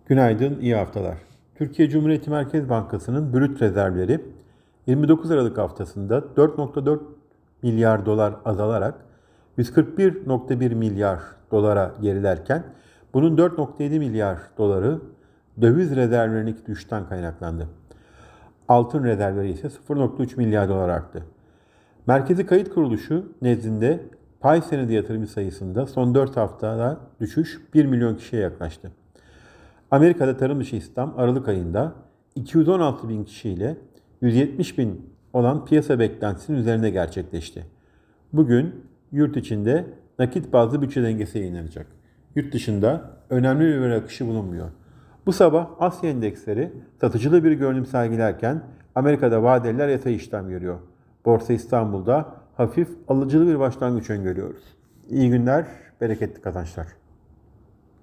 Günaydın, iyi haftalar. Türkiye Cumhuriyeti Merkez Bankası'nın brüt rezervleri 29 Aralık haftasında 4,4 milyar dolar azalarak 141,1 milyar dolara gerilerken bunun 4,7 milyar doları döviz rezervlerindeki düşüşten kaynaklandı. Altın rezervleri ise 0,3 milyar dolar arttı. Merkezi Kayıt Kuruluşu nezdinde pay senedi yatırımcı sayısında son 4 haftada düşüş 1 milyon kişiye yaklaştı. Amerika'da tarım dışı istihdam Aralık ayında 216 bin kişiyle 170 bin olan piyasa beklentisinin üzerinde gerçekleşti. Bugün yurt içinde nakit bazlı bütçe dengesi yayınlanacak. Yurt dışında önemli bir veri akışı bulunmuyor. Bu sabah Asya endeksleri satıcılı bir görünüm sergilerken Amerika'da vadeliler yatay işlem görüyor. Borsa İstanbul'da hafif alıcılı bir başlangıç öngörüyoruz. İyi günler, bereketli kazançlar.